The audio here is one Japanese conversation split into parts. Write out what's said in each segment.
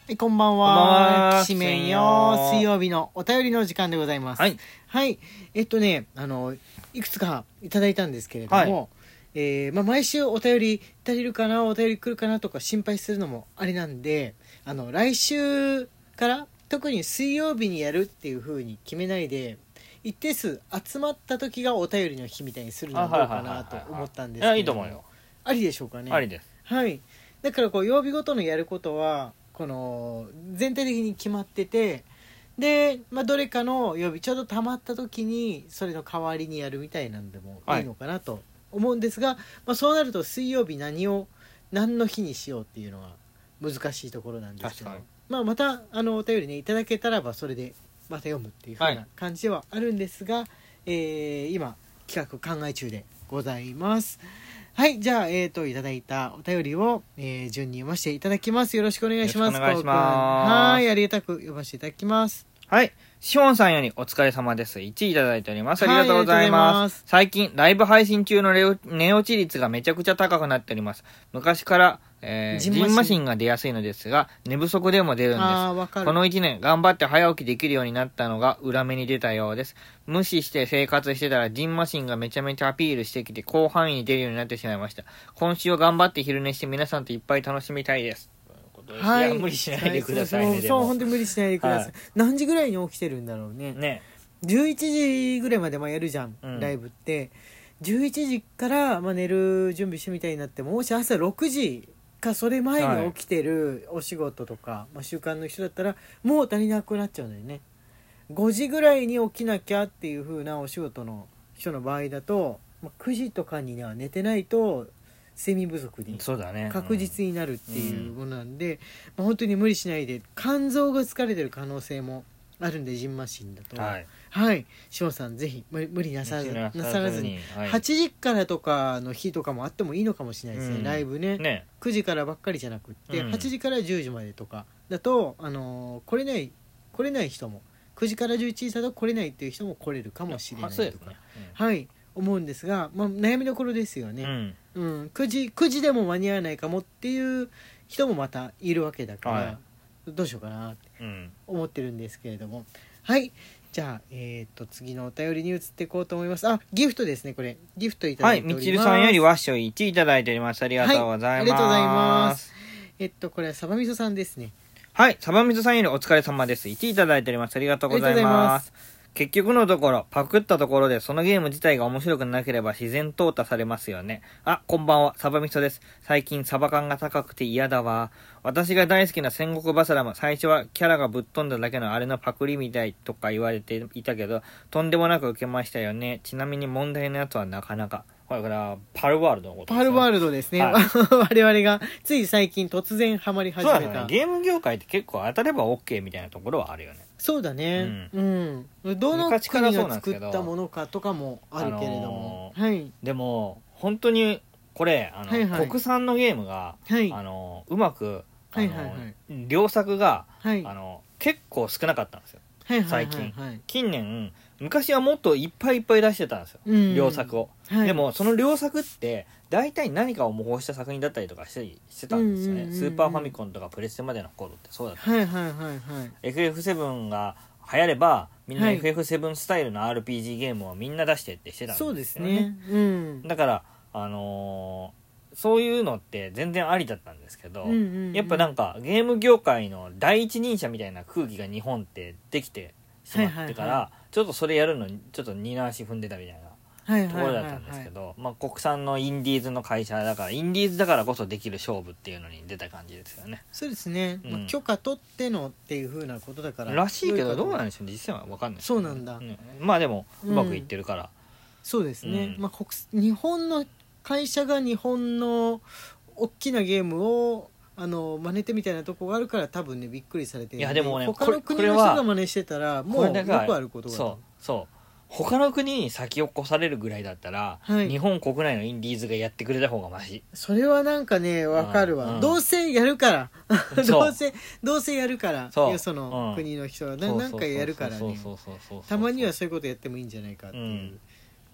はい、こんばんこんばんは。 はきしめんよ。水曜日のお便りの時間でございます。 はい。 はい。いくつかいただいたんですけれども、毎週お便り足りるかな、お便り来るかなとか心配するのもあれなんで、来週から特に水曜日にやるっていう風に決めないで、一定数集まった時がお便りの日みたいにするのはどうかなと思ったんですけど。 いや、いいと思うよ。 ありでしょうかね。 ありです。 はい。だからこう曜日ごとのやることはこの全体的に決まってて、で、どれかの曜日ちょうど溜まった時にそれの代わりにやるみたいなんでもいいのかなと思うんですが、そうなると水曜日何の日にしようっていうのは難しいところなんですけど、またお便りねいただけたらばそれでまた読むっていう風な感じではあるんですが、今企画考え中でございます。はい、じゃあ、いただいたお便りを、順に読ませていただきます。よろしくお願いします。 よろしくお願いします。 はい、ありがたく読ませていただきます。 はい。シオンさんよりお疲れ様です。1位いただいております。ありがとうございます。最近、ライブ配信中の寝落ち率がめちゃくちゃ高くなっております。昔から、ジンマシンが出やすいのですが、寝不足でも出るんです。この1年、頑張って早起きできるようになったのが裏目に出たようです。無視して生活してたら、ジンマシンがめちゃめちゃアピールしてきて、広範囲に出るようになってしまいました。今週は頑張って昼寝して皆さんといっぱい楽しみたいです。はい、いや無理しないでくださいね。 そう本当に無理しないでください、はい、何時ぐらいに起きてるんだろうね。11時ぐらいまでやるじゃん、ライブって11時から、寝る準備してみたいになってもし朝6時かそれ前に起きてるお仕事とか、習慣の人だったらもう足りなくなっちゃうんだよね。5時ぐらいに起きなきゃっていう風なお仕事の人の場合だと、9時とかには寝てないと睡眠不足に確実になるっていうものなんで、本当に無理しないで、肝臓が疲れてる可能性もあるんで、ジンマシンだとはい、シオンさんぜひ無理なさらずに、8時からとかの日とかもあってもいいのかもしれないですね、ライブね9時からばっかりじゃなくって、8時から10時までとかだと、来れない人も9時から11時だと来れないっていう人も来れるかもしれないとか、はい思うんですが、悩みどころですよね、9時でも間に合わないかもっていう人もまたいるわけだから、どうしようかなって思ってるんですけれども、はい、じゃあ、次のお便りに移っていこうと思います。ギフトですね、これギフトいただいております。はい、みちるさんよりワッショイ1いただいております。ありがとうございます、ありがとうございます。これはサバミソさんですね。はい、 サバミソさんよりお疲れ様です。1いただいております。ありがとうございます。結局のところ、パクったところでそのゲーム自体が面白くなければ自然淘汰されますよね。こんばんは、サバミソです。最近サバ感が高くて嫌だわ。私が大好きな戦国バサラも最初はキャラがぶっ飛んだだけのあれのパクリみたいとか言われていたけど、とんでもなく受けましたよね。ちなみに問題のやつはなかなか。これからパルワールドのことですね。 パルワールドですね、我々がつい最近突然ハマり始めた。そうだね、 ゲーム業界って結構当たれば OK みたいなところはあるよね。 そうだね、どの国が作ったものかとかもあるけれども、 でも本当にこれ国産のゲームが、うまく良作が、結構少なかったんですよ、最近、近年昔はもっといっぱいいっぱい出してたんですよ、良作を、でもその良作って大体何かを模倣した作品だったりとかしてたんですよね、スーパーファミコンとかプレステまでの頃ってそうだったんですよ、FF7 が流行ればみんな FF7 スタイルの RPG ゲームをみんな出してってしてたんですよね。そうですね、だからそういうのって全然ありだったんですけど、やっぱなんかゲーム業界の第一人者みたいな空気が日本ってできてしまってから、ちょっとそれやるのにちょっと二の足踏んでたみたいなところだったんですけど、国産のインディーズの会社だからインディーズだからこそできる勝負っていうのに出た感じですよね。 そうですね、許可取ってのっていう風なことだかららしいけど、どうなんでしょう実際は分かんない、 そうなんだ、 でもうまくいってるから、 そうですね、日本の会社が日本の大きなゲームを真似てみたいなとこがあるから多分ねびっくりされてる。いやでもね、他の国の人が真似してたらもうよくあることが、 そう他の国に先を越されるぐらいだったら、日本国内のインディーズがやってくれた方がマシ。 それはなんかね分かるわ、どうせやるからどうせやるからよその国の人は何かやるからね、たまにはそういうことやってもいいんじゃないかっていう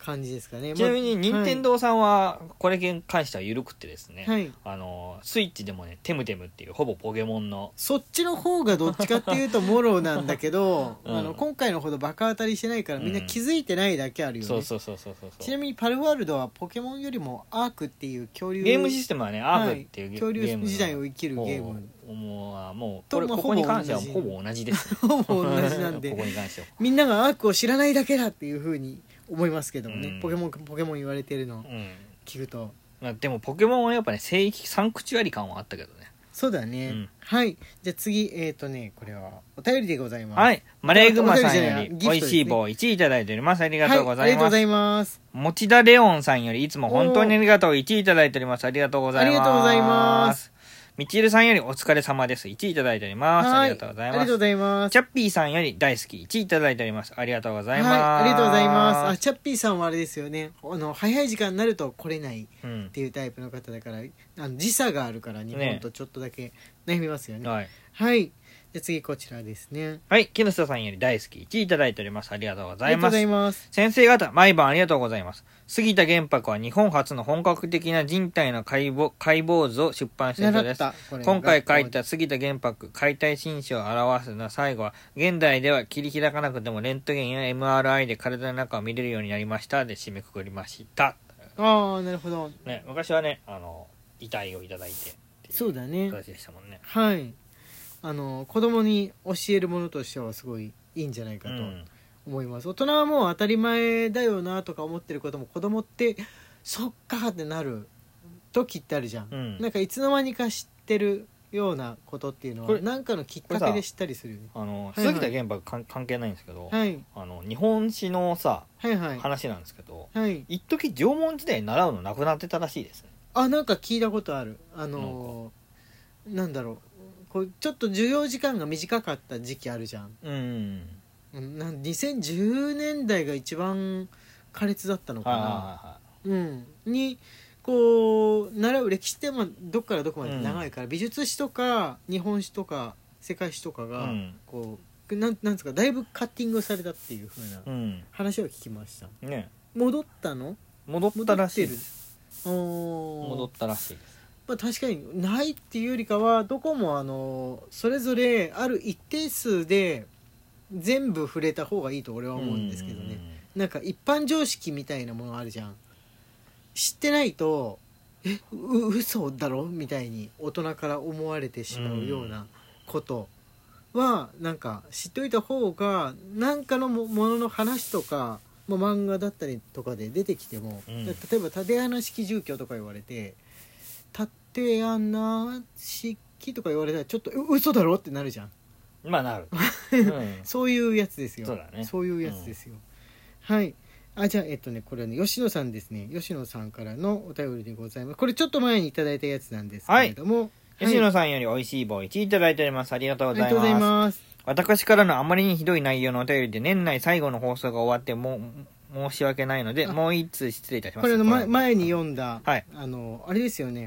感じですかね。 ちなみに任天堂さんはこれに関しては緩くってですね、はい、スイッチでもねテムテムっていうほぼポケモンのそっちの方がどっちかっていうとモロなんだけど、今回のほどバカ当たりしてないからみんな気づいてないだけあるよね、 そうちなみにパルワールドはポケモンよりもアークっていう恐竜ゲームシステムはねアークっていうゲーム、 恐竜時代を生きるゲームもうここに関してはほぼ同じです、 ほぼ同じなんでここに関してはみんながアークを知らないだけだっていう風に思いますけどもね、ポケモン言われてるの聞くと、 でもポケモンはやっぱね聖域サンクチュアリ感はあったけどね。 そうだね、はい。じゃあ次これはお便りでございます。 はい、マレーグマさんよりおいしい棒1いただいております。ありがとうございます、ありがとうございます。持田レオンさんよりいつも本当にありがとう1いただいております。ありがとうございます。ありがとうございます。みちるさんよりお疲れ様です1いただいております。ありがとうございます。ありがとうございます。チャッピーさんより大好き1いただいております。ありがとうございます。 ありがとうございます。チャッピーさんはあれですよね、早い時間になると来れないっていうタイプの方だから、時差があるから日本とちょっとだけ悩みますよね。はい。じゃあ次こちらですね。 はい、木下さんより大好き1いただいております。ありがとうございます。ありがとうございます。先生方毎晩ありがとうございます。杉田玄白は日本初の本格的な人体の解剖図を出版した人です。今回書いた杉田玄白解体新書を表すの最後は現代では切り開かなくてもレントゲンや MRI で体の中を見れるようになりましたで締めくくりました。 ああ、なるほど、 ね、昔はね遺体をいただいてそうだね、 形でしたもんね。 はい。子供に教えるものとしてはすごいいいんじゃないかと思います、大人はもう当たり前だよなとか思ってることも子供ってそっかってなる時ってあるじゃん、なんかいつの間にか知ってるようなことっていうのは何かのきっかけで知ったりするよね。 杉田玄白関係ないんですけど、日本史のさ、話なんですけど、一時縄文時代に習うのなくなってたらしいですね。 なんか聞いたことある。なんだろう、こうちょっと授業時間が短かった時期あるじゃん。2010年代が一番苛烈だったのかな、にこう習う歴史ってどっからどこまで長いから、美術史とか日本史とか世界史とかがこうなんですか、だいぶカッティングされたっていう風な話を聞きました、戻ったの？ 戻ったらしいです。 戻ったらしいです。 確かにないっていうよりかはどこもそれぞれある一定数で全部触れた方がいいと俺は思うんですけどね。なんか一般常識みたいなものあるじゃん。知ってないと嘘だろみたいに大人から思われてしまうようなことはなんか知っておいた方がなんかのものの話とか、漫画だったりとかで出てきても、例えば竪穴式住居とか言われて竪穴式とか言われたらちょっと嘘だろってなるじゃん。 なる、 そういうやつですよ。 そうだね、 そういうやつですよ、はい。じゃあこれはね吉野さんですね。吉野さんからのお便りでございます。これちょっと前にいただいたやつなんですけれども、 吉野さんよりおいしい棒1いただいております。ありがとうございます。私からのあまりにひどい内容のお便りで年内最後の放送が終わって申し訳ないのでもう一通失礼いたします。 これの前に読んだ、あれですよね、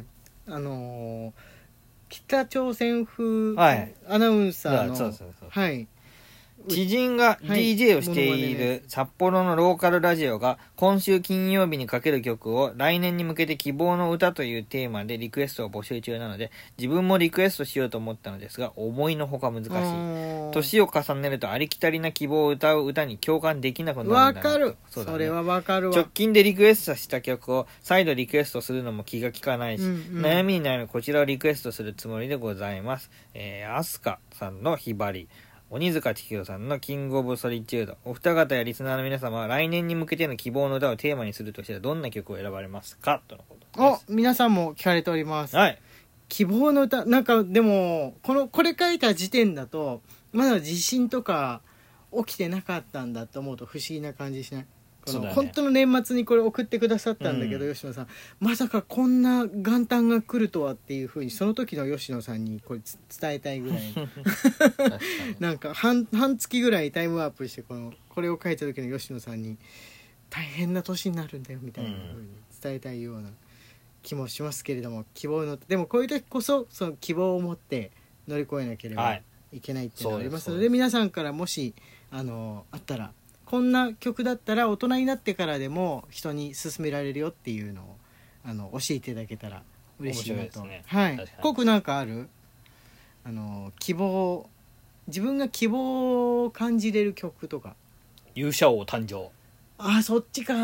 北朝鮮風アナウンサーの、 知人が DJ をしている札幌のローカルラジオが今週金曜日にかける曲を来年に向けて希望の歌というテーマでリクエストを募集中なので自分もリクエストしようと思ったのですが思いのほか難しい。年を重ねるとありきたりな希望を歌う歌に共感できなくなるんだな。 わかる、それはわかるわ。 直近でリクエストした曲を再度リクエストするのも気が利かないし、悩みに悩みこちらをリクエストするつもりでございます。アスカさんのひばり、鬼塚千尋さんのキングオブソリチュード、お二方やリスナーの皆様は来年に向けての希望の歌をテーマにするとしたらどんな曲を選ばれますかとのことです。 皆さんも聞かれております、希望の歌。なんかでもこれ書いた時点だとまだ地震とか起きてなかったんだと思うと不思議な感じしない？本当の年末にこれ送ってくださったんだけど、吉野さんまさかこんな元旦が来るとはっていう風にその時の吉野さんにこれ伝えたいぐらいなんか半月ぐらいタイムワープしてこれを書いた時の吉野さんに大変な年になるんだよみたいな風に伝えたいような気もしますけれども、希望のでもこういう時こそその希望を持って乗り越えなければいけないっていうのがありますので、皆さんからもしあったらこんな曲だったら大人になってからでも人に勧められるよっていうのを教えていただけたら嬉しいなと。 面白いですね。 はい。コクなんかある？希望、自分が希望を感じれる曲とか。 勇者王誕生。 あ、そっちか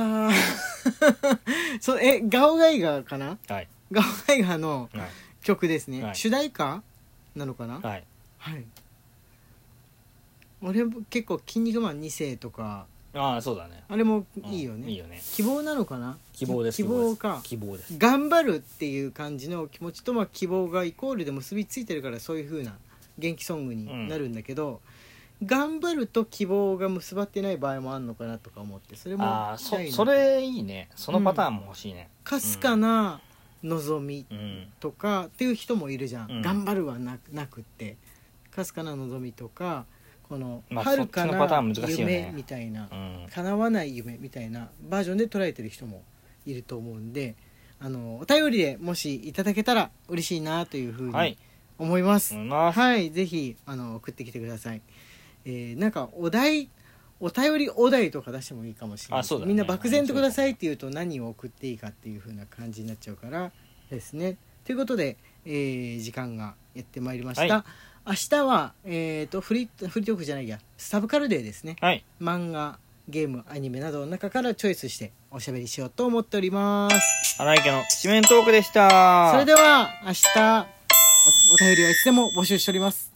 ガオガイガーかな。 はい。 ガオガイガーの曲ですね、 はい、 主題歌なのかな。 はい、 はい、俺結構筋肉マン2世とか、 ああそうだね、 あれもいいよね、 いいよね。 希望なのかな。 希望です。 希望か。 希望です。 頑張るっていう感じの気持ちと、まあ希望がイコールで結びついてるから、そういう風な元気ソングになるんだけど、頑張ると希望が結ばってない場合もあるのかなとか思って、それもああ、それいいね。そのパターンも欲しいね。 かすかな望みとかっていう人もいるじゃん、頑張るはなくってかすかな望みとか、この遥かな夢みたいな、叶わない夢みたいなバージョンで捉えてる人もいると思うんで、お便りでもしいただけたら嬉しいなというふうに思います。はい、ぜひ送ってきてください。なんかお便りお題とか出してもいいかもしれない、ね、みんな漠然とくださいって言うと何を送っていいかっていう風な感じになっちゃうからですね。ということで、時間がやってまいりました、はい、明日は、フリートークじゃないやサブカルデーですね、はい、漫画ゲームアニメなどの中からチョイスしておしゃべりしようと思っております。 荒井家の七面トークでした。 それでは明日お便りはいつでも募集しております。